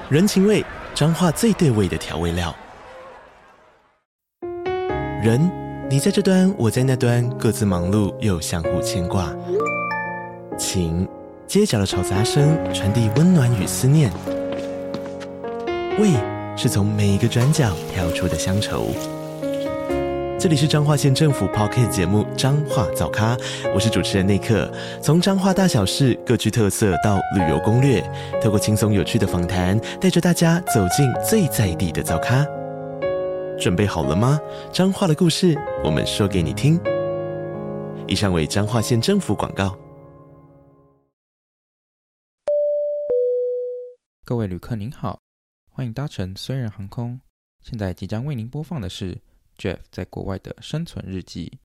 人情味，彰化最对味的调味料。人，你在这端，我在那端，各自忙碌又相互牵挂。情，街角的吵杂声传递温暖与思念。味，是从每一个转角跳出的乡愁。这里是彰化县政府 Podcast 节目《彰化早咖》，我是主持人内克。从彰化大小事各具特色到旅游攻略，透过轻松有趣的访谈，带着大家走进最在地的早咖。准备好了吗？彰化的故事，我们说给你听。以上为彰化县政府广告。 各位旅客您好，欢迎搭乘虽然航空。现在即将为您播放的是 Jeff 在国外的生存日记。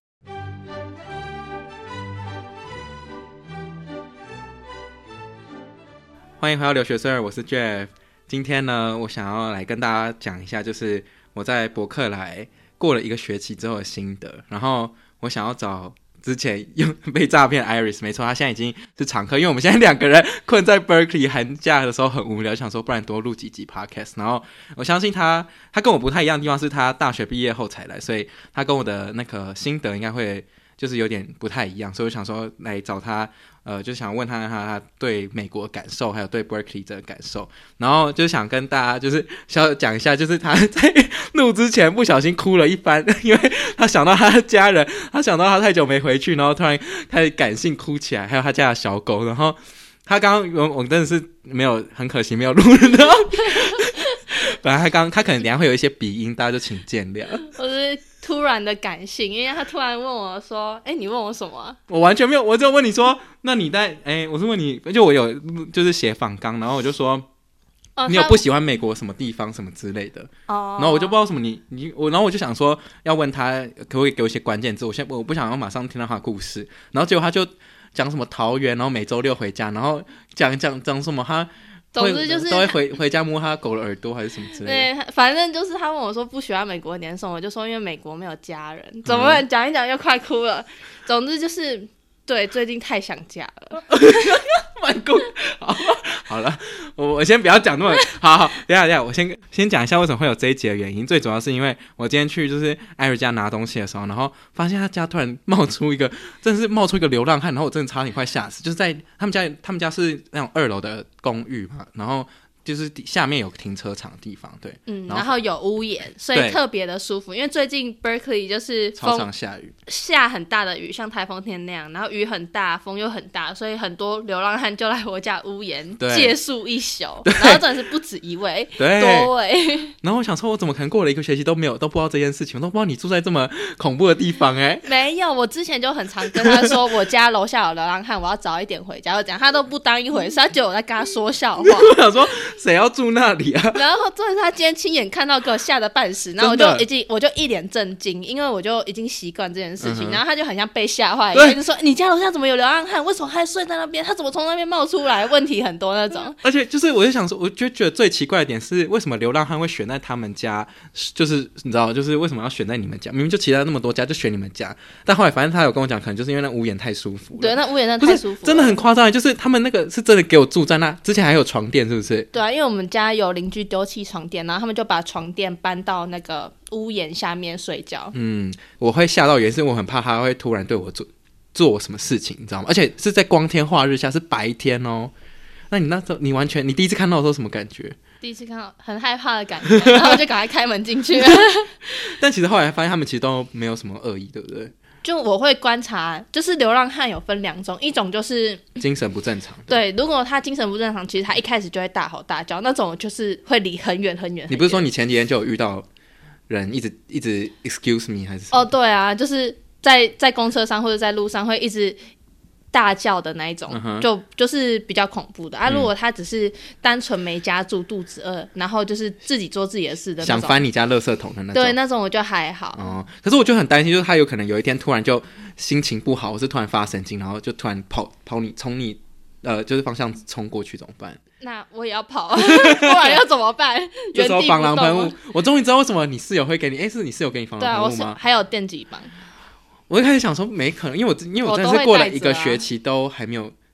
欢迎回到留学虽然，我是 Jeff。今天呢，我想要来跟大家讲一下，就是我在伯克莱过了1个学期之后的心得。然后我想要找之前用被诈骗 Iris， 没错，他现在已经是常客，因为我们现在2个人困在 Berkeley， 寒假的时候很无聊，想说不然多录几集 podcast。然后我相信他跟我不太一样的地方是他大学毕业后才来，所以他跟我的那个心得应该会就是有点不太一样，所以我想说来找他，就想问他对美国的感受，还有对 Berkeley 的感受，然后就想跟大家就是讲一下，就是他在录之前不小心哭了一番，因为他想到他的家人，他想到他太久没回去，然后突然开始感性哭起来，还有他家的小狗，然后他刚刚我真的是没有，很可惜没有录到。本来他可能等一下会有一些鼻音，大家就请见谅。 我是突然的感性，因为他突然问我说：“你问我什么啊？” 我完全没有，我只有问你说：“那你在我是问你，就我有就是写访纲，然后我就说。你有不喜欢美国什么地方什么之类的，然后我就不知道什么然后我就想说要问他可不可以给我一些关键字，我不想要马上听到他的故事，然后结果他就讲什么桃园，然后每周6回家，然后讲什么他总之就是都会回家摸他狗的耳朵还是什么之类的。 对，反正就是他问我说不喜欢美国点什么，我就说因为美国没有家人，怎么讲一讲又快哭了。总之就是对，最近太想家了。 蛮酷，好了，我先不要讲那么好，等一下，我先讲一下为什么会有这一集的原因。最主要是因为我今天去就是艾瑞家拿东西的时候，然后发现他家突然真的是冒出一个流浪汉，然后我真的差点快吓死。就是在他们家是那种2楼的公寓嘛，然后就是下面有停车场的地方，对， 然后有屋檐，所以特别的舒服。因为最近 Berkeley 就是超常下雨， 下很大的雨，像台风天那样，然后雨很大，风又很大，所以很多流浪汉就来我家屋檐借宿一宿，然后真的是不止一位，多位。 然后我想说，我怎么可能过了1个学期都不知道这件事情，我都不知道你住在这么恐怖的地方没有，我之前就很常跟他说，我家楼下有流浪汉，我要早一点回家，就这样，他都不当一回事，他觉得我在跟他说笑话。 我想说。谁要住那里啊？ 然后重点是他今天亲眼看到给我吓得半死，然后我就一脸震惊，因为我就已经习惯这件事情，然后他就很像被吓坏，一直说你家楼下怎么有流浪汉？为什么还睡在那边？他怎么从那边冒出来？问题很多那种。 而且就是我就想说，我就觉得最奇怪的点是，为什么流浪汉会选在他们家？就是你知道，就是为什么要选在你们家？明明就其他那么多家，就选你们家。但后来反正他有跟我讲，可能就是因为那屋檐太舒服了。 对，那屋檐太舒服了， 真的很夸张。就是他们那个是真的给我住在那，之前还有床垫，是不是？ 对啊，因为我们家有邻居丢弃床垫，然后他们就把床垫搬到那个屋檐下面睡觉。 我会吓到，原因是我很怕他会突然对我做什么事情，你知道吗？而且是在光天化日下，是白天哦。那你那时候你第一次看到的时候什么感觉？ 第一次看到很害怕的感觉，然后我就赶快开门进去。 但其实后来发现他们其实都没有什么恶意，对不对？ 就我会观察，就是流浪汉有分2种，一种就是精神不正常。 对，如果他精神不正常，其实他一开始就会大吼大叫，那种就是会离很远很远。 你不是说你前几天就有遇到人一直 excuse me 还是什么？ 对啊，就是在公车上或者在路上会一直大叫的那一种，就是比较恐怖的啊。如果他只是单纯没家住，肚子饿，然后就是自己做自己的事的那种， 想翻你家垃圾桶的那种， 对，那种我就还好。 可是我就很担心，就是他有可能有一天突然就心情不好，或是突然发神经，然后就突然从你就是方向冲过去怎么办？ 那我也要跑，不然要怎么办？ 这时候防狼喷雾，我终于知道为什么你室友会给你，是你室友给你防狼喷雾吗？ 对啊，还有电击棒。 我一开始想说没可能，因为我真的是过了1个学期都还没有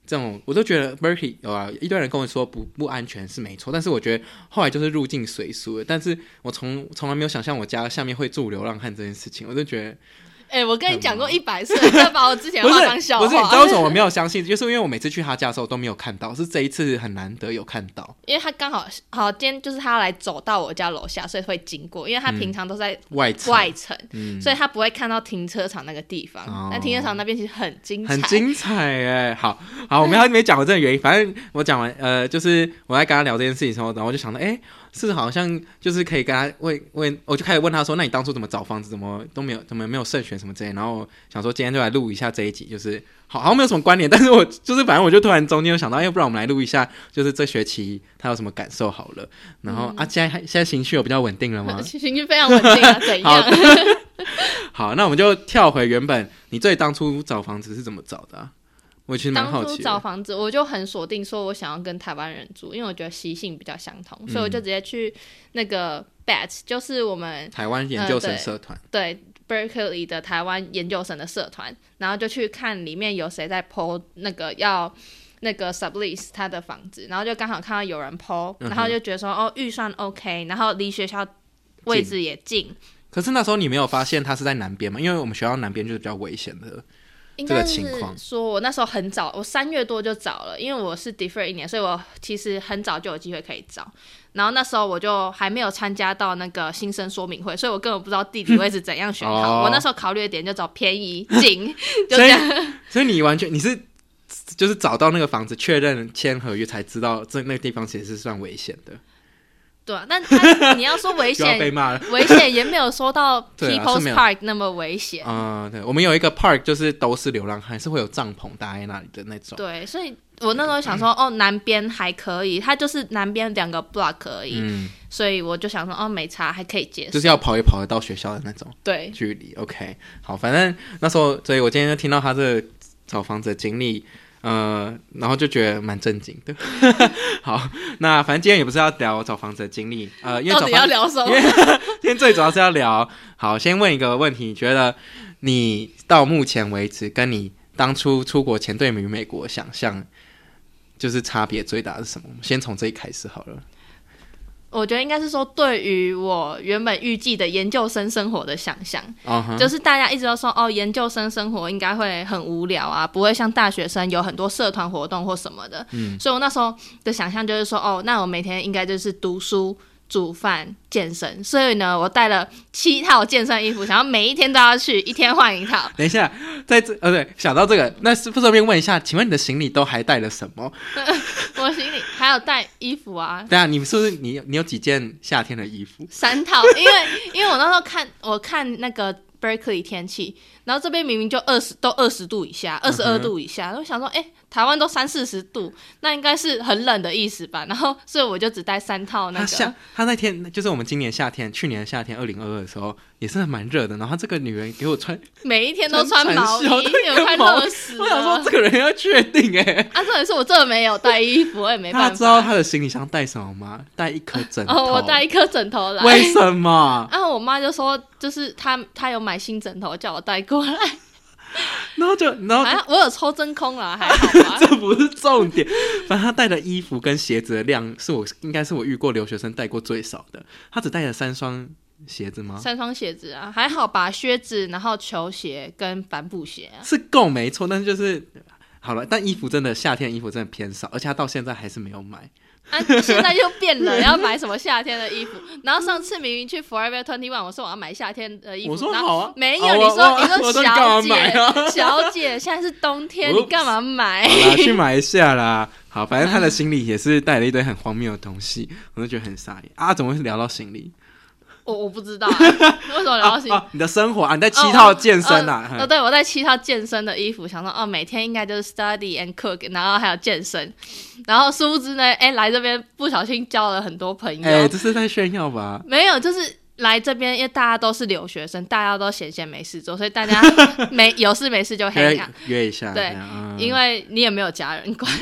这种我都觉得 Berkeley 有啊，一堆人跟我说不安全是没错，但是我觉得后来就是入境随俗了。但是我从来没有想象我家下面会住流浪汉这件事情，我就觉得。 我跟你讲过100次，你再把我之前的话当笑话。 不是，你知道为什么我没有相信？就是因为我每次去他家的时候都没有看到，是这一次很难得有看到。 因为他刚好今天就是他要来走到我家楼下，所以会经过。因为他平常都在外层，所以他不会看到停车场那个地方。但停车场那边其实很精彩， 很精彩好，我们还没讲过这个原因。反正我讲完，就是我在跟他聊这件事情的时候，然后我就想到，是好像就是可以跟他问，我就开始问他说，那你当初怎么找房子，怎么没有慎选什么之类的。然后想说今天就来录一下这一集，就是好像没有什么关联，但是我就是反正我就突然中间有想到，不然我们来录一下，就是这学期他有什么感受好了。然后现在情绪有比较稳定了吗？ 情绪非常稳定啊，怎样？ 好，那我们就跳回原本你最当初找房子是怎么找的我其实蛮好奇的。 当初找房子我就很锁定说我想要跟台湾人住，因为我觉得习性比较相同，所以我就直接去那个 BAT， 就是我们台湾研究生社团， 对 Berkeley 的台湾研究生的社团，然后就去看里面有谁在 po 那个要那个 sublease 他的房子，然后就刚好看到有人 po，然后就觉得说预算 OK， 然后离学校位置也近。 可是那时候你没有发现他是在南边吗？因为我们学校南边就是比较危险的。 应该是说我那时候很早，我3月多就找了，因为我是 defer 1年，所以我其实很早就有机会可以找。然后那时候我就还没有参加到那个新生说明会，所以我根本不知道地理位置怎样选好。我那时候考虑的点就找便宜近，就这样。 所以你是就是找到那个房子确认签合约才知道那个地方其实是算危险的。 对啊，但你要说危险， 被骂了危险也没有说到 People's Park 那么危险。 对，我们有一个 park 就是都是流浪汉，是会有帐篷搭在那里的那种。 对，所以我那时候想说，南边还可以，它就是南边2个 block 而已，所以我就想说，没差，还可以接受， 就是要跑也跑得到学校的那种距离。OK， 好，反正那时候，所以我今天就听到他这个找房子的经历。然后就觉得蛮正经的。好，那反正今天也不是要聊找房子的经历，因为到底要聊什么？ 因为今天最主要是要聊。好，先问一个问题，你觉得你到目前为止跟你当初出国前对于美国想象，就是差别最大的是什么？先从这里开始好了。 我觉得应该是说，对于我原本预计的研究生生活的想象，就是大家一直都说研究生生活应该会很无聊啊，不会像大学生有很多社团活动或什么的。所以我那时候的想象就是说，那我每天应该就是读书、煮饭、健身，所以呢，我带了7套健身衣服，想要每一天都要去，一天换一套。 等一下，对，想到这个，那是不顺便问一下，请问你的行李都还带了什么？ 我行李还有带衣服啊。 对啊，你是不是你有几件夏天的衣服 ？3套，因为我那时候看那个 Berkeley 天气，然后这边明明就都20度以下，22度以下，我想说，台湾都30-40度，那应该是很冷的意思吧？然后，所以我就只带3套那个。 他那天就是我们今年夏天，去年的夏天2022的时候，也是蛮热的。然后他这个女人给我穿， 每一天都穿毛衣，有快热死了。 我想说，这个人要确定重点是我真的没有带衣服，我也没办法。 他知道他的行李箱带什么吗？带一颗枕头。 我带一颗枕头来。 为什么？ 我妈就说，就是她有买新枕头，叫我带过来。 然后我有抽真空啦，还好吧。 这不是重点，反正他带的衣服跟鞋子的量应该是我遇过留学生带过最少的。他只带了3双鞋子吗 ？3双鞋子啊，还好吧。靴子，然后球鞋跟帆布鞋是够没错，但是就是好了。但衣服真的夏天的衣服真的偏少，而且他到现在还是没有买。 现在又变了，要买什么夏天的衣服？然后上次明明去 Forever 21，我说我要买夏天的衣服， 我说好啊， 没有，你说小姐，现在是冬天，你干嘛买？ 好啦，去买一下啦。好，反正他的行李也是带了一堆很荒谬的东西，我就觉得很傻眼啊！怎么会聊到行李？ 我不知道为什么聊到行李？ 你的生活你带7套健身啊？ 对，我带7套健身的衣服，想说每天应该就是 study and cook， 然后还有健身，然后殊不知呢，来这边不小心交了很多朋友。 这是在炫耀吧？ 没有，就是来这边，因为大家都是留学生，大家都闲没事做，所以大家有事没事就 hang out 约一下。 对，因为你也没有家人管。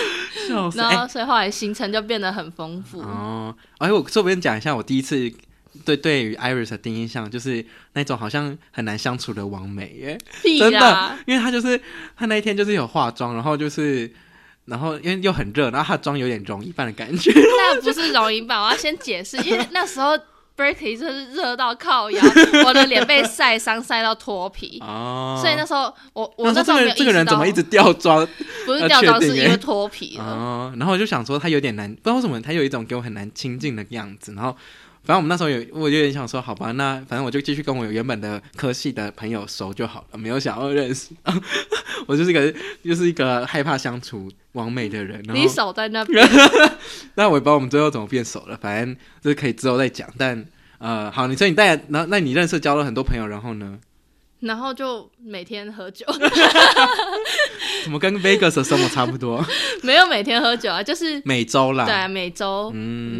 然后所以后来行程就变得很丰富。 我顺便讲一下，我第一次对于 Iris 的第一印象就是那种好像很难相处的网美耶， 屁啦真的，因为他那一天就是有化妆，然后因为又很热，然后他的妆有点融一半的感觉。 那不是容易吧？我要先解释，因为那时候 Berkeley 就是热到靠腰，我的脸被晒伤晒到脱皮哦， 所以那时候我那时候没有意识到这个人怎么一直掉妆？ 不是掉妆，是因为脱皮了。 哦，然后我就想说他有点难，不知道为什么他有一种给我很难亲近的样子，然后。反正我们那时候我就有点想说，好吧，那反正我就继续跟我原本的科系的朋友熟就好了，没有想要认识。我就是一个害怕相处网美的人。然后你手在那边， 那我也不知道我们最后怎么变熟了，反正这可以之后再讲。但好，所以你带，那你认识交了很多朋友，然后呢？ 然后就每天喝酒。 怎么跟 Vegas 的生活差不多？ 没有每天喝酒啊，就是每周啦。 对啊，每周。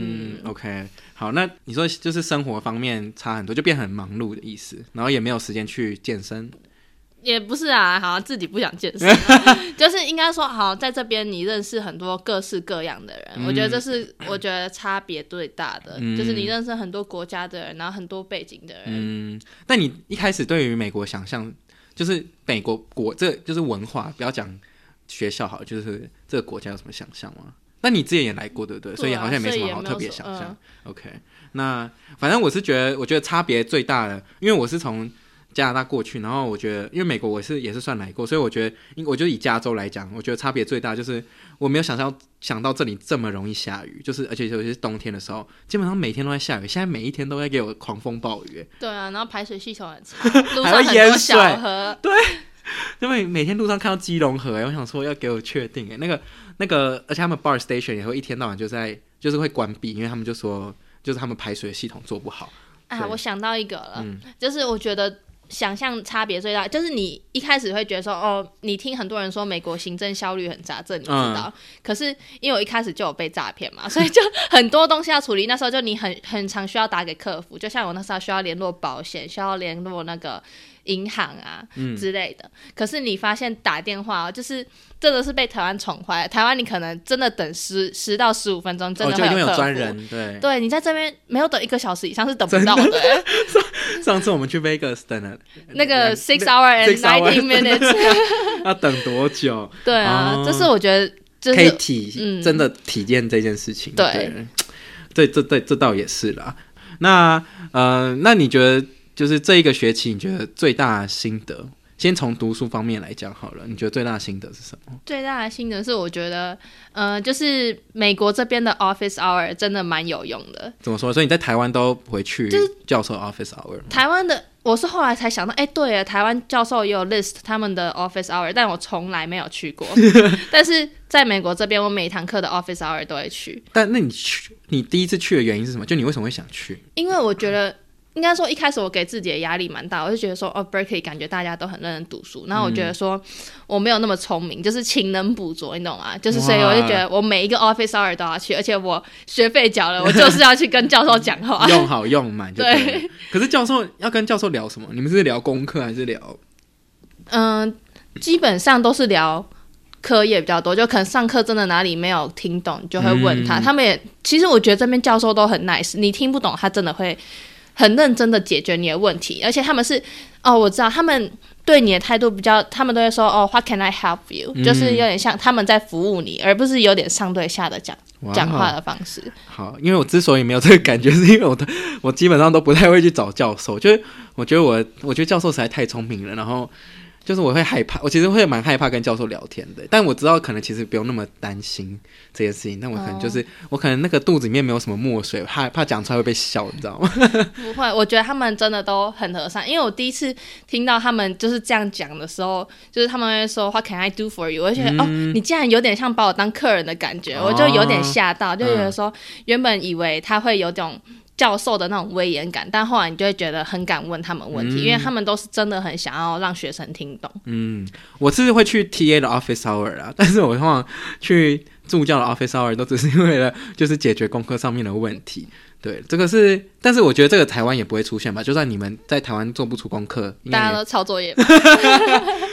OK。好，那你说就是生活方面差很多，就变很忙碌的意思，然后也没有时间去健身。 也不是啊，好像自己不想健身，就是应该说，好，在这边你认识很多各式各样的人，我觉得这是我觉得差别最大的，就是你认识很多国家的人，然后很多背景的人。 但你一开始对于美国想象，就是美国这就是文化，不要讲学校好了，就是这个国家有什么想象吗？那你之前也来过对不对？所以好像也没什么好特别想象。OK， 那反正我觉得差别最大的，因为我是从加拿大过去，然后我觉得因为美国我也是算来过，所以我觉得以加州来讲，我觉得差别最大就是我没有想到这里这么容易下雨，就是而且尤其是冬天的时候，基本上每天都在下雨，现在每一天都在给我狂风暴雨。 对啊，然后排水系统很差，路上很多小河。 对。因为每天路上看到基隆河，我想说要给我确定那个，而且他们 bar station 也会一天到晚就是会关闭，因为他们就说就是他们排水系统做不好啊。我想到一个了，就是我觉得想象差别最大，就是你一开始会觉得说，哦，你听很多人说美国行政效率很差，这你知道，可是因为我一开始就有被诈骗嘛，所以就很多东西要处理，那时候就你很常需要打给客服，就像我那时候需要联络保险，需要联络那个银行啊之类的，可是你发现打电话就是真的是被台湾宠坏了。台湾你可能真的等10到15分钟，真的会有客服， 就因为有专人， 对，你在这边没有等1个小时以上是等不到的。 上次我们去 Vegas 等了那个6 hour and 19 minutes， 要等多久？ 对啊，这是我觉得就是可以真的体验这件事情。对，这倒也是啦。那你觉得？就是这一个学期，你觉得最大的心得？先从读书方面来讲好了，你觉得最大的心得是什么？ 最大的心得是我觉得，就是美国这边的 office hour 真的蛮有用的。 怎么说？所以你在台湾都回去教授 office hour 吗？ 台湾的我是后来才想到，对了，台湾教授也有 list 他们的 office hour， 但我从来没有去过。但是在美国这边，我每堂课的 office hour 都会去。 但那你第一次去的原因是什么？就你为什么会想去？ 因为我觉得。应该说一开始我给自己的压力蛮大，我就觉得说Berkeley 感觉大家都很认真读书，然后我觉得说我没有那么聪明，就是勤能补拙，你懂吗？就是所以我就觉得我每一个 office hour 都要去，而且我学费缴了，我就是要去跟教授讲话， 用好用满就对。可是教授要跟教授聊什么？你们是聊功课还是聊？ 基本上都是聊课业比较多，就可能上课真的哪里没有听懂，就会问他。他们也其实我觉得这边教授都很 nice， 你听不懂他真的会很认真的解决你的问题，而且他们是我知道他们对你的态度比较，他们都会说What can I help you，就是有点像他们在服务你，而不是有点上对下的讲话的方式。 好，因为我之所以没有这个感觉，是因为我基本上都不太会去找教授，就是我觉得教授实在太聪明了，然后就是我会害怕，我其实会蛮害怕跟教授聊天的，但我知道可能其实不用那么担心这件事情，但我可能就是我可能那个肚子里面没有什么墨水，怕讲出来会被笑，你知道吗？ 不会，我觉得他们真的都很和善，因为我第一次听到他们就是这样讲的时候，就是他们会说 What can I do for you， 我就觉得你竟然有点像把我当客人的感觉，我就有点吓到，就觉得说原本以为他会有种教授的那种威严感，但后来你就会觉得很敢问他们问题，因为他们都是真的很想要让学生听懂。 我是会去 TA 的 office hour 啦，但是我通常去助教的 office hour 都只是为了就是解决功课上面的问题。对，这个是，但是我觉得这个台湾也不会出现吧？就算你们在台湾做不出功课， 大家都抄作业吧。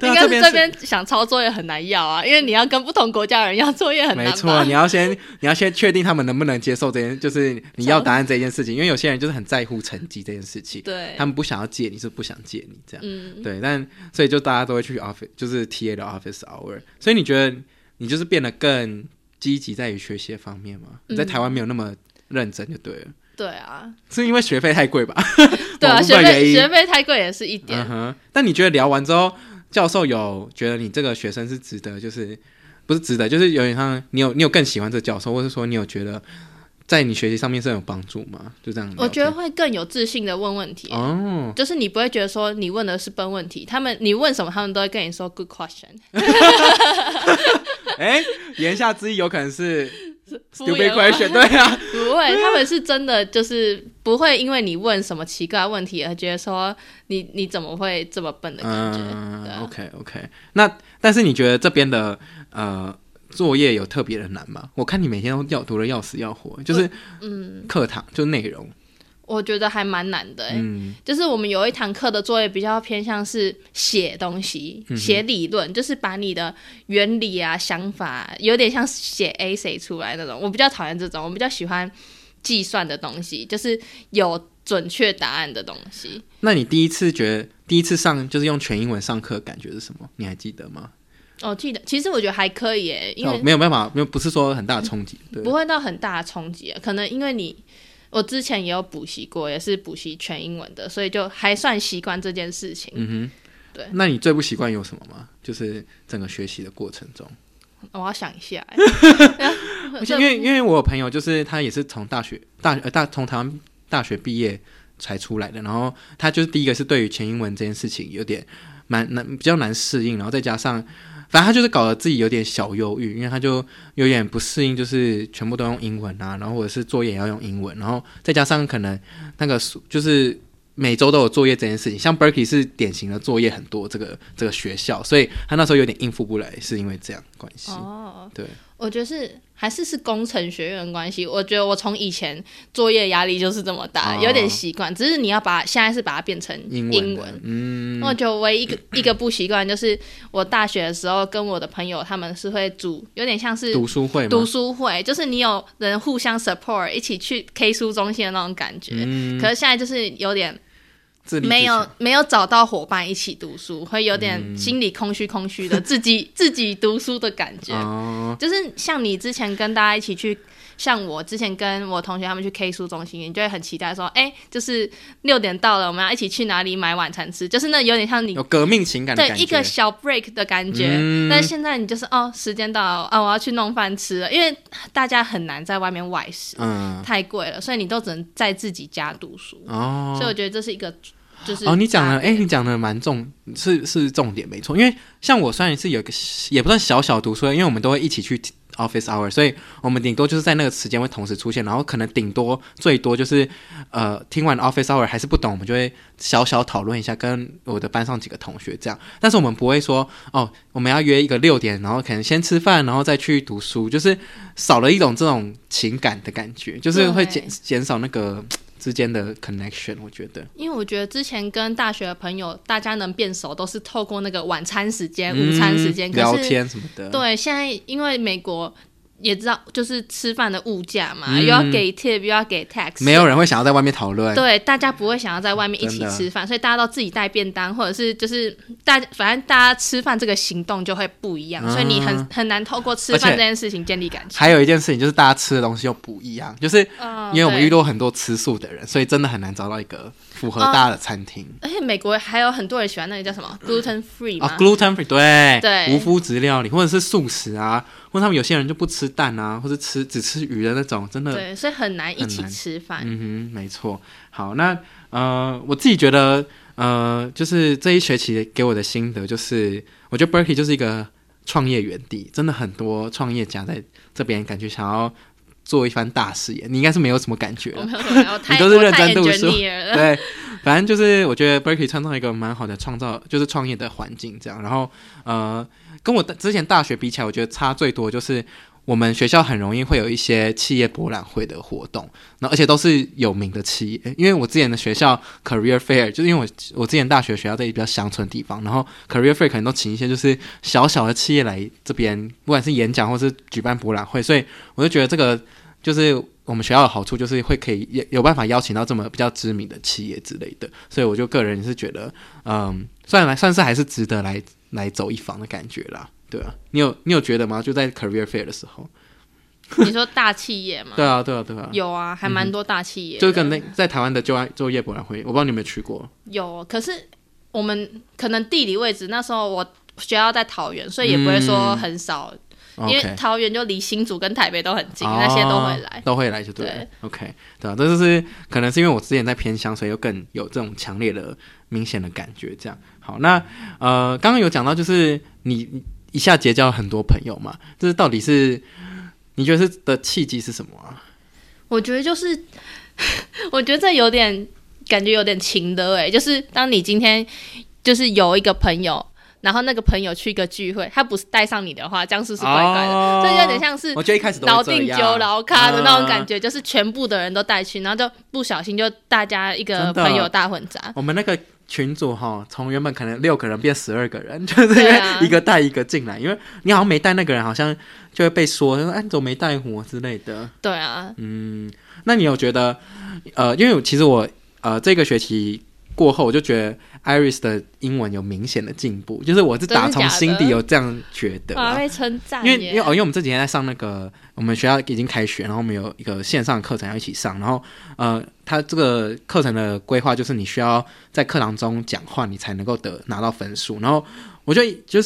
应该是这边想抄作业很难要啊，因为你要跟不同国家的人要作业很难吧。 没错，你要先确定他们能不能接受这件，就是你要答案这件事情，因为有些人就是很在乎成绩这件事情， 对， 他们不想要借你是不想借你这样，对，但所以就大家都会去 office， 就是 TA 的 office hour， 所以你觉得你就是变得更积极在于学习的方面吗？你在台湾没有那么认真就对了。 对啊， 是因为学费太贵吧？ 对啊，学费太贵也是一点。 但你觉得聊完之后，教授有觉得你这个学生是值得，就是不是值得，就是有点像你有更喜欢这个教授，或是说你有觉得在你学习上面是有帮助吗？就这样， 我觉得会更有自信的问问题哦，就是你不会觉得说你问的是笨问题，你问什么他们都会跟你说 good question。 言下之意有可能是 stupid question， 对啊， 不会，他们是真的就是不会因为你问什么奇怪的问题而觉得说你怎么会这么笨的感觉。 OK， 那但是你觉得这边的作业有特别的难吗？我看你每天都读得要死要活，就是课堂就内容。 我觉得还蛮难的就是我们有一堂课的作业比较偏向是写东西，写理论，就是把你的原理啊、想法有点像写 essay 出来那种。我比较讨厌这种，我比较喜欢计算的东西，就是有准确答案的东西。 那你第一次上就是用全英文上课感觉是什么？你还记得吗？ 记得。其实我觉得还可以耶，因为没有办法，不是说很大的冲击， 不会到很大的冲击，可能因为我之前也有补习过，也是补习全英文的，所以就还算习惯这件事情。对。那你最不习惯有什么吗？就是整个学习的过程中。 我要想一下因为我有朋友就是他也是从从台湾大学毕业才出来的，然后他就是第一个是对于全英文这件事情有点比较难适应，然后再加上反正他就是搞得自己有点小忧郁，因为他就有点不适应，就是全部都用英文啊，然后或者是作业也要用英文，然后再加上可能那个就是每周都有作业这件事情，像 Berkeley 是典型的作业很多这个学校，所以他那时候有点应付不来，是因为这样关系。对， 我觉得还是工程学院的关系。我觉得我从以前作业压力就是这么大，有点习惯，只是你要现在是把它变成英文。我觉得唯一一个不习惯就是我大学的时候跟我的朋友他们是会组，有点像是读书会吗？ 读书会就是你有人互相 support 一起去 K 书中心的那种感觉。可是现在就是有点没有找到伙伴一起读书，会有点心里空虚的自己读书的感觉。就是像你之前跟大家一起去，像我之前跟我同学他们去 K 书中心，你就会很期待说就是6点到了，我们要一起去哪里买晚餐吃，就是那有点像你有革命情感的感觉， 对，一个小 break 的感觉。但是现在你就是时间到了我要去弄饭吃了，因为大家很难在外面外食，太贵了，所以你都只能在自己家读书。所以我觉得这是一个就是你讲的蛮是重点没错，因为像我虽然是有一个也不算小读书，因为我们都会一起去 office hour， 所以我们顶多就是在那个时间会同时出现，然后可能最多就是听完 office hour 还是不懂，我们就会小讨论一下，跟我的班上几个同学这样，但是我们不会说我们要约一个6点，然后可能先吃饭然后再去读书，就是少了一种这种情感的感觉，就是会减少那个之间的 connection。 我觉得因为我觉得之前跟大学的朋友大家能变熟都是透过那个晚餐时间、午餐时间， 聊天什么的。 对，现在因为美国也知道就是吃饭的物价嘛，又要给 tip 又要给 tax， 没有人会想要在外面讨论， 对，大家不会想要在外面一起吃饭，所以大家都自己带便当，或者是就是反正大家吃饭这个行动就会不一样，所以你很难透过吃饭这件事情建立感情。 还有一件事情就是大家吃的东西又不一样，就是因为我们遇到很多吃素的人，所以真的很难找到一个符合大家的餐厅。 而且美国还有很多人喜欢那个叫什么 gluten free 嘛 gluten free， 对，无麸质料理或者是素食啊，或者他们有些人就不吃蛋啊，或者只吃鱼的那种，真的对，所以很难一起吃饭。 没错。好，那我自己觉得就是这一学期给我的心得就是，我觉得 Berkeley 就是一个创业园地，真的很多创业家在这边感觉想要做一番大事业。你应该是没有什么感觉了，你都是认真读书。对，反正就是我觉得 Berkeley 创造一个蛮好的就是创业的环境这样。然后跟我之前大学比起来，我觉得差最多就是我们学校很容易会有一些企业博览会的活动，然后而且都是有名的企业。因为我之前的学校 Career Fair， 就是因为我之前大学学校在比较乡村的地方，然后 Career Fair 可能都请一些就是小小的企业来这边，不管是演讲或是举办博览会，所以我就觉得这个就是我们学校的好处，就是会可以有办法邀请到这么比较知名的企业之类的，所以我就个人是觉得，算是还是值得来走一访的感觉啦。对啊，你有觉得吗？就在 Career Fair 的时候， 你说大企业吗？ 对啊， 有啊，还蛮多大企业的， 就是跟在台湾的就业博览会，我不知道你有没有去过。 有，可是我们可能地理位置那时候我学校在桃园，所以也不会说很少。因为桃园就离新竹跟台北都很近，那些都会来，就对了。对 ，OK， 对啊，这就是可能是因为我之前在偏乡，所以又更有这种强烈的、明显的感觉。这样，好，那刚刚有讲到，就是你一下结交了很多朋友嘛，这是到底是你觉得是的契机是什么啊？ 我觉得就是，我觉得这有点感觉有点情的就是当你今天就是有一个朋友。然后那个朋友去一个聚会，他不是带上你的话，这样是不是怪怪的？所以有点像是老定酒老咖的那种感觉，就是全部的人都带去，然后就不小心就大家一个朋友大混杂。 我们那个群组从原本可能6个人变12个人，就是因为一个带一个进来，因为你好像没带那个人，好像就会被说哎，你怎么没带我之类的。 对啊， 那你有觉得因为其实我这个学期过后，我就觉得 Iris 的英文有明显的进步，就是我是打从心底有这样觉得， 被称赞。 因为我们这几天在上那个，我们学校已经开学，然后我们有一个线上课程要一起上，然后他这个课程的规划就是你需要在课堂中讲话，你才能够拿到分数。然后我就是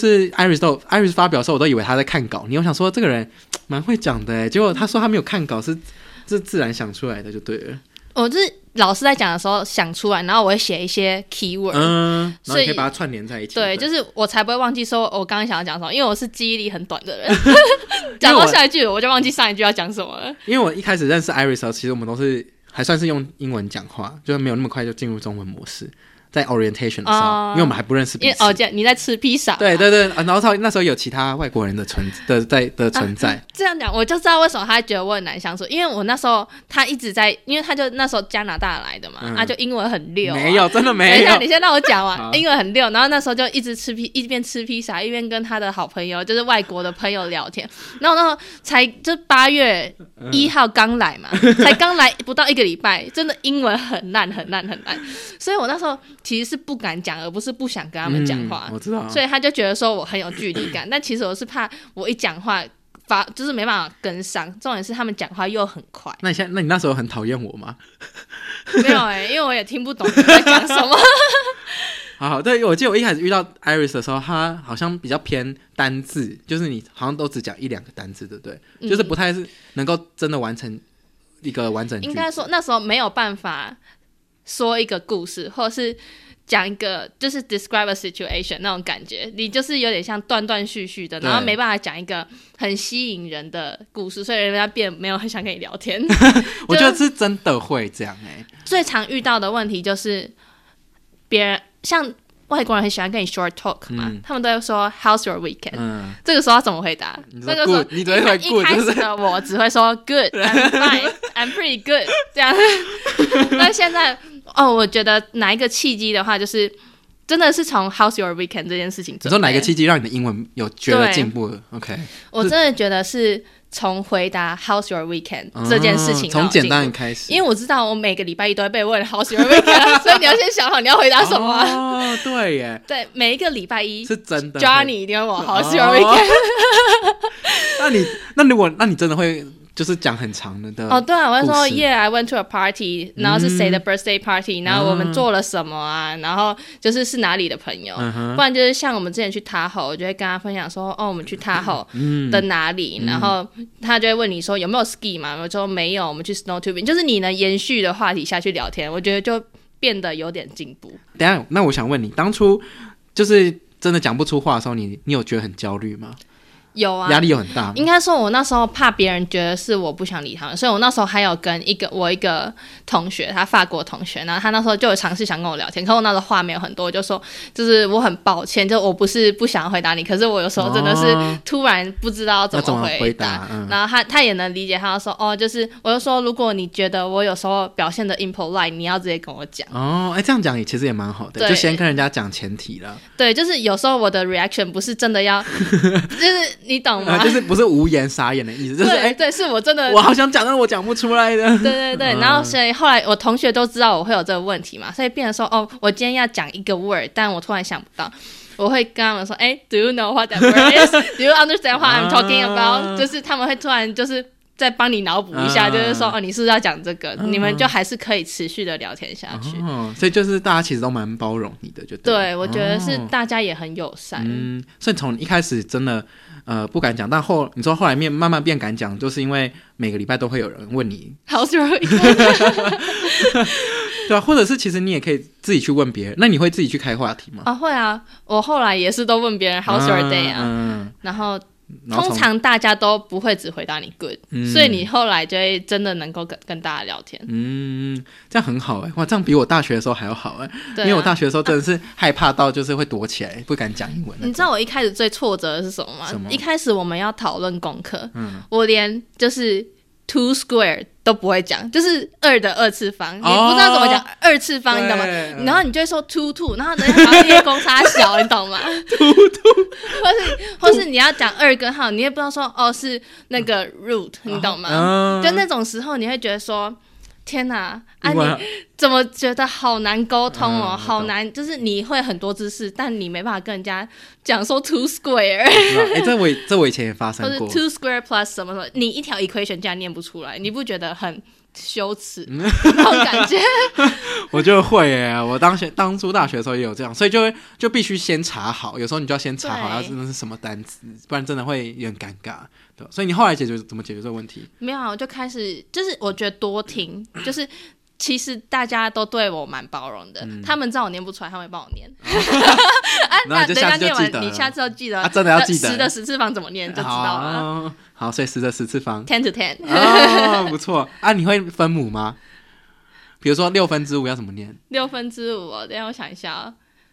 Iris 发表的时候，我都以为他在看稿，我想说这个人蛮会讲的耶，结果他说他没有看稿，是自然想出来的，就对了。 我就是老师在讲的时候想出来，然后我会写一些 keyword， 然后你可以把它串联在一起。 对，就是我才不会忘记说我刚刚想要讲什么，因为我是记忆力很短的人，讲到下一句我就忘记上一句要讲什么了。 因为我一开始认识 Iris 的时候，其实我们都是还算是用英文讲话，就是没有那么快就进入中文模式。在 orientation 的时候，因为我们还不认识彼此。 你在吃披萨。 对，然后那时候有其他外国人的存在。 这样讲，我就知道为什么他觉得我很难相处，因为我那时候他一直在，因为他就那时候加拿大来的嘛，他就英文很溜。 没有，真的没有。 等一下，你先让我讲完。英文很溜，然后那时候就一边吃披萨，一边跟他的好朋友，就是外国的朋友聊天。然后那时候才就8月1号刚来嘛，才刚来不到1个礼拜，真的英文很烂，所以我那时候其实是不敢讲，而不是不想跟他们讲话。 我知道， 所以他就觉得说我很有距离感，但其实我是怕我一讲话就是没办法跟上。重点是他们讲话又很快。 那你那时候很讨厌我吗？ 没有因为我也听不懂你在讲什么。 好，对，我记得我一开始遇到 Iris 的时候，他好像比较偏单字，就是你好像都只讲1-2个单字，对不对？就是不太是能够真的完成一个完整句子。 应该说那时候没有办法说一个故事，或者是讲一个就是 describe a situation 那种感觉，你就是有点像断断续续的，然后没办法讲一个很吸引人的故事，所以人家变没有很想跟你聊天。 我觉得是真的会这样最常遇到的问题就是别人像外国人很喜欢跟你 short talk 嘛，他们都会说 How's your weekend？这个时候要怎么回答？ 那个时候你只会 good， 一开始的我只会说 good， I'm fine， I'm pretty good 这样。但现在我觉得哪一个契机的话，就是真的是从 How's your weekend 这件事情。 你说哪一个契机让你的英文有觉得进步了 ？OK， 我真的觉得是从回答 How's your weekend 这件事情从简单开始， 因为我知道我每个礼拜一都会被问 How's your weekend， 所以你要先想好你要回答什么。 对耶， 对，每一个礼拜一是真的 Johnny 一定会问我 How's your weekend。 那你真的会就是讲很长的对啊，我会说 Yeah I went to a party， 然后是谁的 birthday party， 然后我们做了什么啊，然后就是哪里的朋友，不然就是像我们之前去塔后，我就会跟他分享说我们去塔后的哪里，然后他就会问你说有没有 ski 嘛，我说没有，我们去 snow tubing， 就是你能延续的话题下去聊天，我觉得就变得有点进步。 等一下，那我想问你，当初就是真的讲不出话的时候，你有觉得很焦虑吗？ 有啊， 压力有很大。 应该说，我那时候怕别人觉得是我不想理他们，所以我那时候还有跟我一个同学，他法国同学，然后他那时候就有尝试想跟我聊天，可我那时候话没有很多，我就说，就是我很抱歉，就我不是不想回答你，可是我有时候真的是突然不知道怎么回答。然后他也能理解，他就说就是我就说，如果你觉得我有时候表现的 impolite， 你要直接跟我讲。 这样讲也其实也蛮好的，就先跟人家讲前提了。 对，就是有时候我的 reaction 不是真的要，就是你懂吗？ 就是不是无言傻眼的意思，就是对，是我真的我好想讲，但是我讲不出来的。 对，然后所以后来我同学都知道我会有这个问题嘛，所以变成说我今天要讲一个 word， 但我突然想不到。我会跟他们说，Do you know what that word is? Do you understand what I'm talking about? 就是他们会突然就是再帮你脑补一下，就是说你是不是要讲这个，你们就还是可以持续的聊天下去。 所以就是大家其实都蛮包容你的，就对，我觉得是大家也很友善。 所以从一开始真的不敢讲，但你说后来慢慢变敢讲，就是因为每个礼拜都会有人问你 How's your week？ 对啊，或者是其实你也可以自己去问别人，那你会自己去开话题吗？ 会啊，我后来也是都问别人 How's your day 然后通常大家都不会只回答你 good，所以你后来就会真的能够跟大家聊天。 这样很好哇，这样比我大学的时候还要好因为我大学的时候真的是害怕到就是会躲起来，不敢讲英文。 你知道我一开始最挫折的是什么吗？一开始我们要讨论功课，我连就是2 square 都不会讲，就是2的2次方，你不知道怎么讲2次方，你懂吗？然后你就会说 two， 然后人家把列公差小，你懂吗或是你要讲2根号，你也不知道说是那个 root， 你懂吗？就那种时候你会觉得说天哪你怎么觉得好难沟通好难，就是你会很多知识，但你没办法跟人家讲说 2 square 这我以前也发生过， 或者2 square plus 什么什么，你一条 equation 竟然念不出来，你不觉得很羞耻那种感觉？ 我就会我当初大学的时候也有这样，所以就必须先查好，有时候你就要先查好它真的是什么单词，不然真的会有点尴尬。对，所以你后来怎么解决这个问题？ 没有我就开始就是我觉得多听，就是其实大家都对我蛮包容的，他们知道我念不出来，他们会帮我念。 那等一下念完，你下次就记得真的要记得 10的10次方怎么念就知道了。 好，所以10的10次方 10 to 10 不错你会分母吗？比如说5/6要怎么念 ？5/6等一下我想一下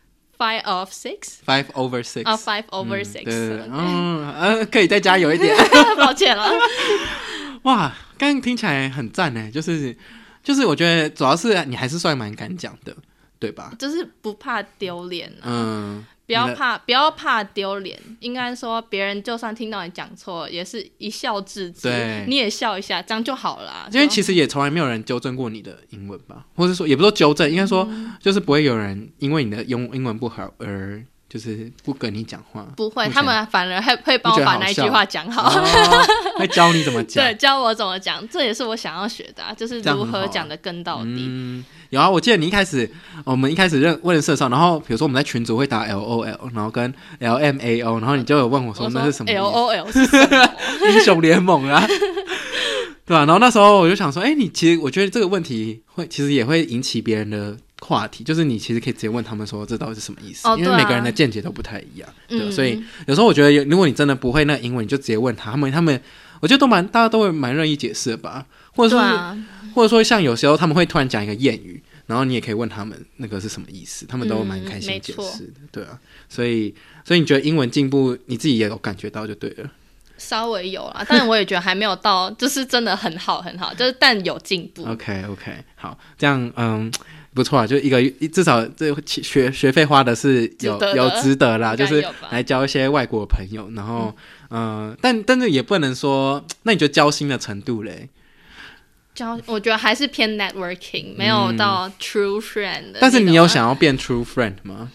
5 of 6 5 over 6 5 over 6 对可以再加油一点抱歉了。 哇，刚刚听起来很赞就是我觉得主要是你还是算蛮敢讲的，对吧？ 就是不怕丢脸不要怕丢脸，应该说别人就算听到你讲错，也是一笑置之，你也笑一下，这样就好了。 因为其实也从来没有人纠正过你的英文吧，或者说也不说纠正，应该说就是不会有人因为你的英文不好而就是不跟你讲话， 不会，他们反而会帮我把那一句话讲好， 会教你怎么讲， 对，教我怎么讲，这也是我想要学的就是如何讲的更到底。 有我记得我们一开始认识的时候，然后比如说我们在群组会打 LOL， 然后跟 LMAO， 然后你就有问我说那是什么意思？ LOL 是什么？ 英雄联盟对吧？然后那时候我就想说其实我觉得这个问题其实也会引起别人的话题，就是你其实可以直接问他们说这到底是什么意思，因为每个人的见解都不太一样对，所以有时候我觉得如果你真的不会那英文，你就直接问他们我觉得大家都会蛮乐意解释的吧，或者说像有时候他们会突然讲一个谚语，然后你也可以问他们那个是什么意思，他们都蛮开心解释的对啊，所以你觉得英文进步你自己也有感觉到就对了？ 稍微有啦，但我也觉得还没有到就是真的很好就是但有进步。 OK 好，这样不错啊，就至少这学费花的是有值得啦，就是来交一些外国朋友，然后但是也不能说，那你觉得交心的程度嘞？ 我觉得还是偏 networking， 没有到 true friend 的。 但是你有想要变 true friend 吗？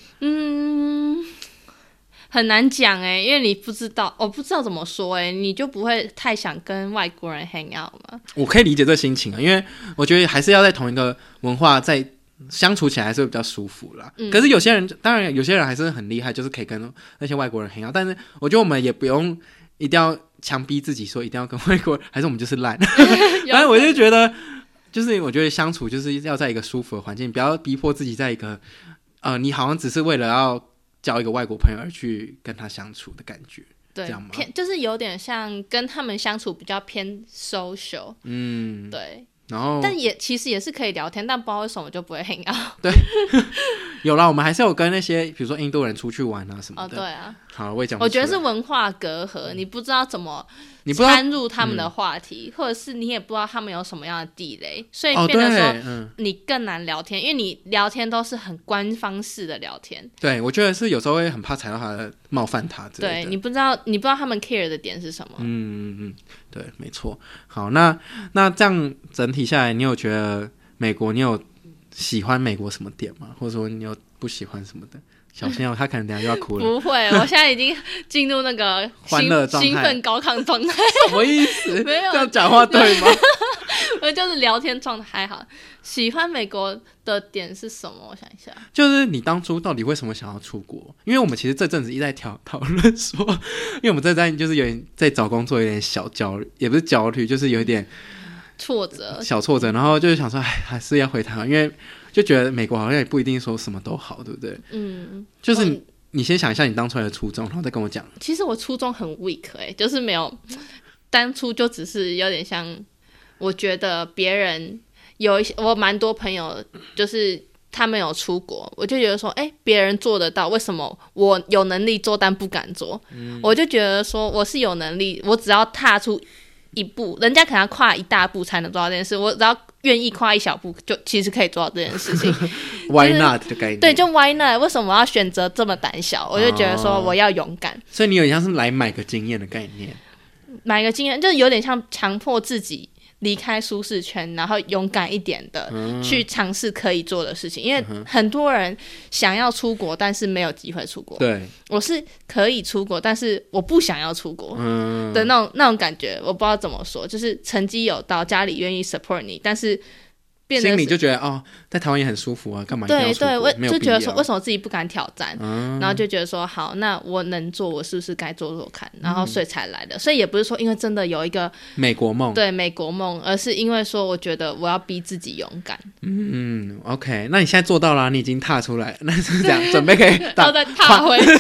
很难讲因为我不知道怎么说你就不会太想跟外国人 hang out 吗？我可以理解这心情因为我觉得还是要在同一个文化在相处起来还是会比较舒服啦。可是当然有些人还是很厉害，就是可以跟那些外国人 hang out，但是我觉得我们也不用一定要强逼自己说一定要跟外国人，还是我们就是烂反正我就觉得就是我觉得相处就是要在一个舒服的环境，不要逼迫自己在一个你好像只是为了要交一个外国朋友而去跟他相处的感觉。 对， 这样吗？ 就是有点像跟他们相处比较偏 social，对。 然后， 但其实也是可以聊天，但不知道为什么就不会 hang out。 对，有啦，我们还是有跟那些比如说印度人出去玩啊什么的。 对啊。 好，我也讲不出来。 我觉得是文化隔阂，你不知道怎么参入他们的话题，或者是你也不知道他们有什么样的地雷，所以变得说你更难聊天，因为你聊天都是很官方式的聊天。对， 我觉得是有时候会很怕踩到他的冒犯他之类的。 对，你不知道他们 care 的点是什么。 对，没错。好，那这样整体下来，你有觉得美国，你有喜欢美国什么点吗？或者说你有不喜欢什么的？小心哦，他可能等一下就要哭了。 不会，我现在已经进入那个欢乐状态、 兴奋高亢状态。 什么意思？ 没有这样讲话对吗？ 我就是聊天状态还好。喜欢美国的点是什么？我想一下， 就是你当初到底为什么想要出国？因为我们其实这阵子一直在讨论说，因为我们这阵就是有点在找工作，有点小焦虑，也不是焦虑，就是有一点小挫折，然后就是想说，哎，还是要回台湾，因为就觉得美国好像也不一定说什么都好，对不对？就是你先想一下你当初的初衷，然后再跟我讲。 其实我初衷很 weak，就是没有，当初就只是有点像，我觉得别人有一些，我蛮多朋友就是他们有出国，我就觉得说，别人做得到，为什么我有能力做但不敢做？我就觉得说我是有能力，我只要踏出一步，人家可能要跨一大步才能做到这件事，我只要愿意跨一小步，就其实可以做到这件事情。 Why not 的概念？ 对，就 Why not？ 为什么我要选择这么胆小？我就觉得说我要勇敢。 所以你有点像是来买个经验的概念， 买个经验就是有点像强迫自己离开舒适圈，然后勇敢一点的去尝试可以做的事情。因为很多人想要出国，但是没有机会出国。 对， 我是可以出国，但是我不想要出国的那种感觉，我不知道怎么说，就是成绩有到，家里愿意 support 你，但是变得心里就觉得哦，在台湾也很舒服啊，干嘛一定要出国？ 对，就觉得说为什么自己不敢挑战，然后就觉得说好，那我能做，我是不是该做做看？然后所以才来的。所以也不是说因为真的有一个美国梦， 对美国梦，而是因为说我觉得我要逼自己勇敢。 OK， 那你现在做到了，你已经踏出来了，那是这样，准备可以然后再踏回去。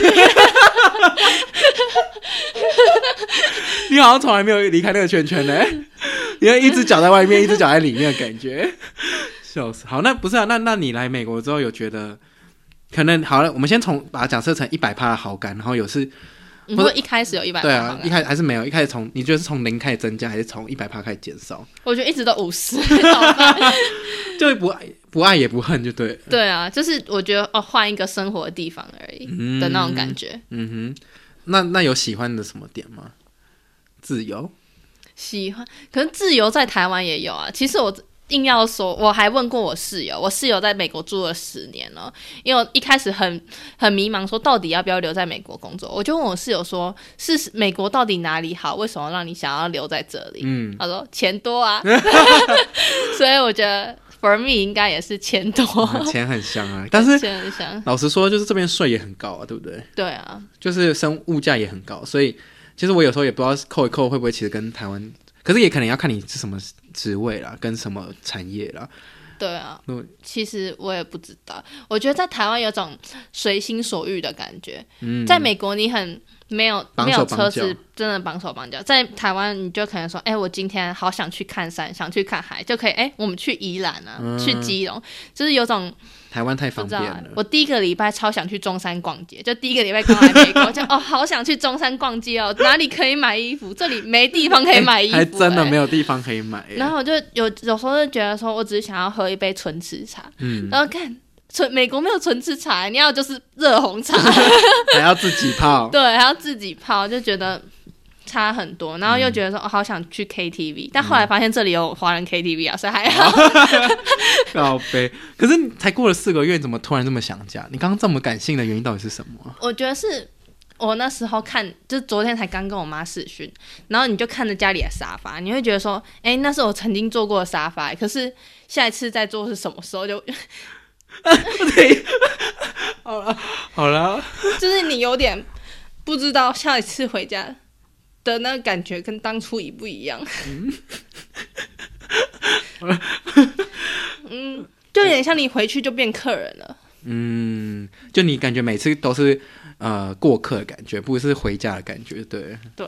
你好像从来没有离开那个圈圈呢，你要一只脚在外面，一只脚在里面的感觉，笑死。好，那不是啊，那你来美国之后有觉得可能好了？我们先把它假设成100%的好感，然后你说一开始有100%？ 对啊，一开始还是没有，一开始你觉得是从0开始增加，还是从100%开始减少？ 我觉得一直都50， 就不爱也不恨，就对了。 对啊，就是我觉得换一个生活的地方而已的那种感觉。 那有喜欢的什么点吗？自由， 喜欢，可是自由在台湾也有啊。其实我硬要说，我还问过我室友，我室友在美国住了10年了，因为我一开始很迷茫，说到底要不要留在美国工作。我就问我室友说，是美国到底哪里好？为什么让你想要留在这里？他说钱多啊。所以我觉得 for me 应该也是钱多， 钱很香啊。但是钱很香， 老实说，就是这边税也很高啊，对不对？ 对啊， 就是物价也很高，所以其实我有时候也不知道扣一扣会不会其实跟台湾，可是也可能要看你是什么职位啦，跟什么产业啦。 对啊，其实我也不知道。我觉得在台湾有种随心所欲的感觉，在美国你很没有车子，真的绑手绑脚。在台湾你就可能说，我今天好想去看山，想去看海，就可以，我们去宜兰啊，去基隆，就是有种。 台湾太方便了。 我第一个礼拜超想去中山逛街，就第一个礼拜刚来美国，就好想去中山逛街哦，哪里可以买衣服？这里没地方可以买衣服， 还真的没有地方可以买。 然后我就有时候就觉得说，我只是想要喝一杯纯吃茶，然后看美国没有纯吃茶，你要就是热红茶， 还要自己泡， 对，还要自己泡，就觉得差很多，然后又觉得说好想去 KTV，但后来发现这里有华人 KTV 啊，所以还好。 靠北，可是才过了4个月，怎么突然这么想家？你刚刚这么感性的原因到底是什么？ 我觉得是我那时候看，就是昨天才刚跟我妈视讯，然后你就看着家里的沙发，你会觉得说，那是我曾经坐过的沙发，可是下一次再坐是什么时候就？ 对，好了， 就是你有点不知道下一次回家的那个感觉跟当初一不一样。就有点像你回去就变客人了。 就你感觉每次都是过客的感觉，不是回家的感觉，对。 对，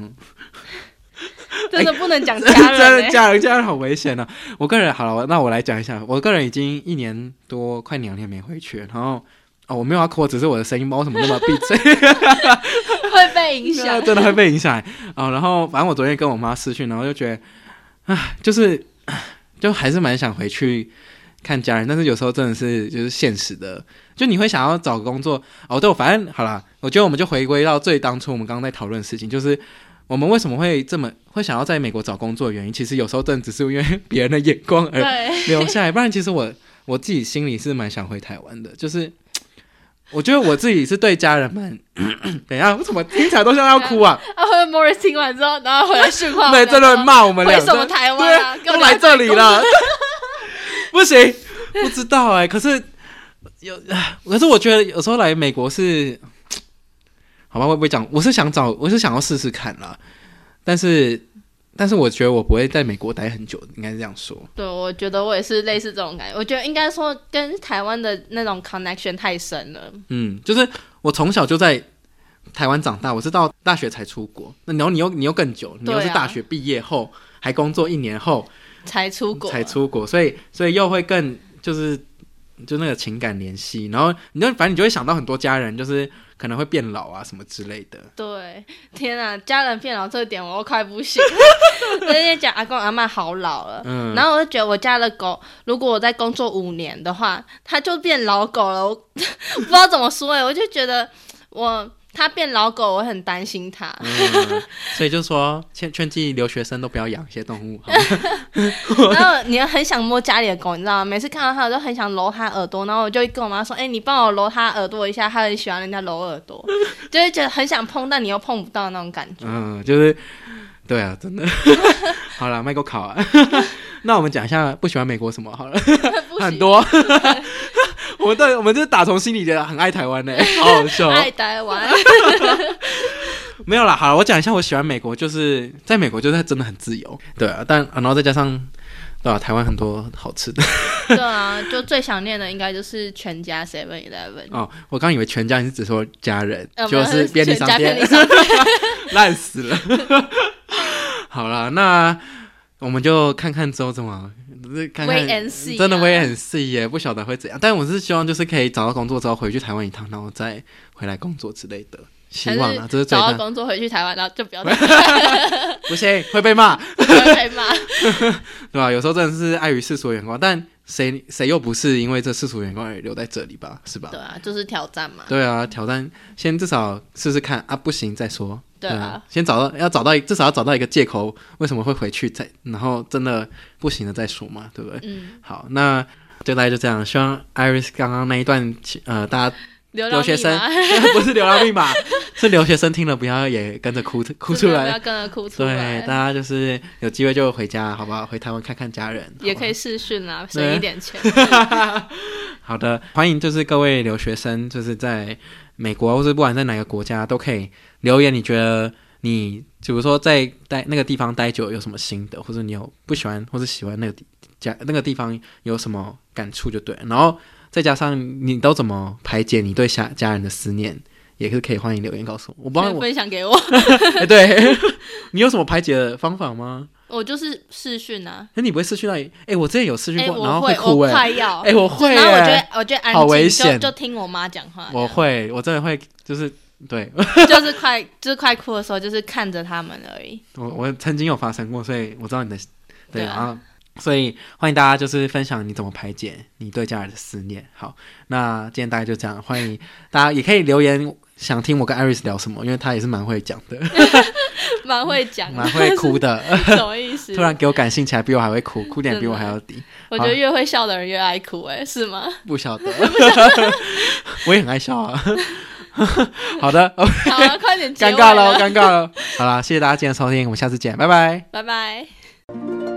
真的不能讲家人、 真的家人好危险啊！我个人好了，那我来讲一下，我个人已经1年多，快2年没回去了，然后我没有要哭，只是我的声音不知道为什么那么闭嘴， 会被影响， 真的会被影响然后反正我昨天跟我妈视讯，然后就觉得就还是蛮想回去看家人，但是有时候真的是就是现实的，就你会想要找工作对，反正好啦，我觉得我们就回归到最当初我们刚刚在讨论的事情，就是我们为什么会会想要在美国找工作的原因，其实有时候真的只是因为别人的眼光而留下来，不然其实我自己心里是蛮想回台湾的，就是我觉得我自己是对家人蛮等一下，我怎么听起来都像要哭啊 Morris 听完之后，然后回来训话， 对，真的骂我们俩， 为什么台湾啊， 都来这里了不行，不知道可是我觉得有时候来美国是好吧，我不会讲，我是想要试试看啦，但是我觉得我不会在美国待很久，应该是这样说。 对，我觉得我也是类似这种感觉，我觉得应该说跟台湾的那种 connection 太深了。 就是我从小就在台湾长大，我是到大学才出国，那然后你又更久，你又是大学毕业后还工作1年后才出国， 所以又会更就那个情感联系，然后反正你就会想到很多家人，就是可能会变老啊什么之类的。 对，天啊，家人变老这点我都快不行了。那天讲阿公阿嬷好老了，然后我就觉得我家的狗，如果我在工作5年的话，它就变老狗了。我不知道怎么说我就觉得他变老狗，我很担心他。 所以就说劝诫留学生都不要养一些动物。 然后你很想摸家里的狗，你知道吗？每次看到它，我就很想揉它耳朵，然后我就会跟我妈说：“你帮我揉它耳朵一下。”她很喜欢人家揉耳朵，就会觉得很想碰，但你又碰不到那种感觉。 就是对啊，真的。好了，麦克考啊。那我们讲一下不喜欢美国什么好了，很多。我们就是打从心里觉得很爱台湾好好笑爱台湾。 没有啦，好了，我讲一下我喜欢美国，就是在美国就是真的很自由，对啊，然后再加上对啊，台湾很多好吃的。 对啊，就最想念的应该就是全家 7-Eleven。 我刚以为全家你是只说家人，就是便利商店，烂死了。好啦，那我们就看看之后怎么看看 wait and see 真的 wait and see 耶，不晓得会怎样。但我是希望就是可以找到工作之后回去台湾一趟，然后再回来工作之类的。希望啊，这是最大。 找到工作回去台湾，然后就不要不行，会被骂， 会被骂， 对吧？有时候真的是碍于世俗眼光，但谁又不是因为这世俗眼光而留在这里吧？是吧？ 对啊，就是挑战嘛。 对啊，挑战，先至少试试看啊，不行再说。 对啊， 先至少要找到一个借口，为什么会回去然后真的不行了再说嘛，对不对？好，那就大概就这样。希望 Iris 刚刚那一段大家。留学生不是流浪密码，是留学生听了不要也跟着哭出来， 不要跟着哭出来。 对，大家就是有机会就回家，好不好？回台湾看看家人， 也可以视讯啦，省一点钱。 好的，欢迎就是各位留学生，就是在美国或是不管在哪个国家都可以留言，你觉得你比如说在那个地方待久有什么心得，或者你有不喜欢或是喜欢那个地方有什么感触就对了，然后再加上你都怎么排解你对家人的思念，也是可以欢迎留言告诉我。我不知道分享给我。 对，你有什么排解的方法吗？ 我就是视讯啊。 你不会视讯到？我之前有视讯过，然后会哭我快要。 我会。 然后我觉得安静， 好危险， 就听我妈讲话。 我真的会，就是对， 就是快哭的时候，就是看着他们而已。 我曾经有发生过，所以我知道你的对啊。 所以欢迎大家就是分享你怎么排解你对家人的思念。好，那今天大概就这样，欢迎大家也可以留言想听我跟 Iris 聊什么，因为他也是蛮会讲的。 蛮会讲， 蛮会哭的。 什么意思？ 突然给我感性起来，比我还会哭，哭点比我还要低。 我觉得越会笑的人越爱哭，是吗？ 不晓得。我也很爱笑啊。好的， 好了，快点结尾了。 尴尬了。好啦，谢谢大家今天的收听，我们下次见，拜拜。 拜拜。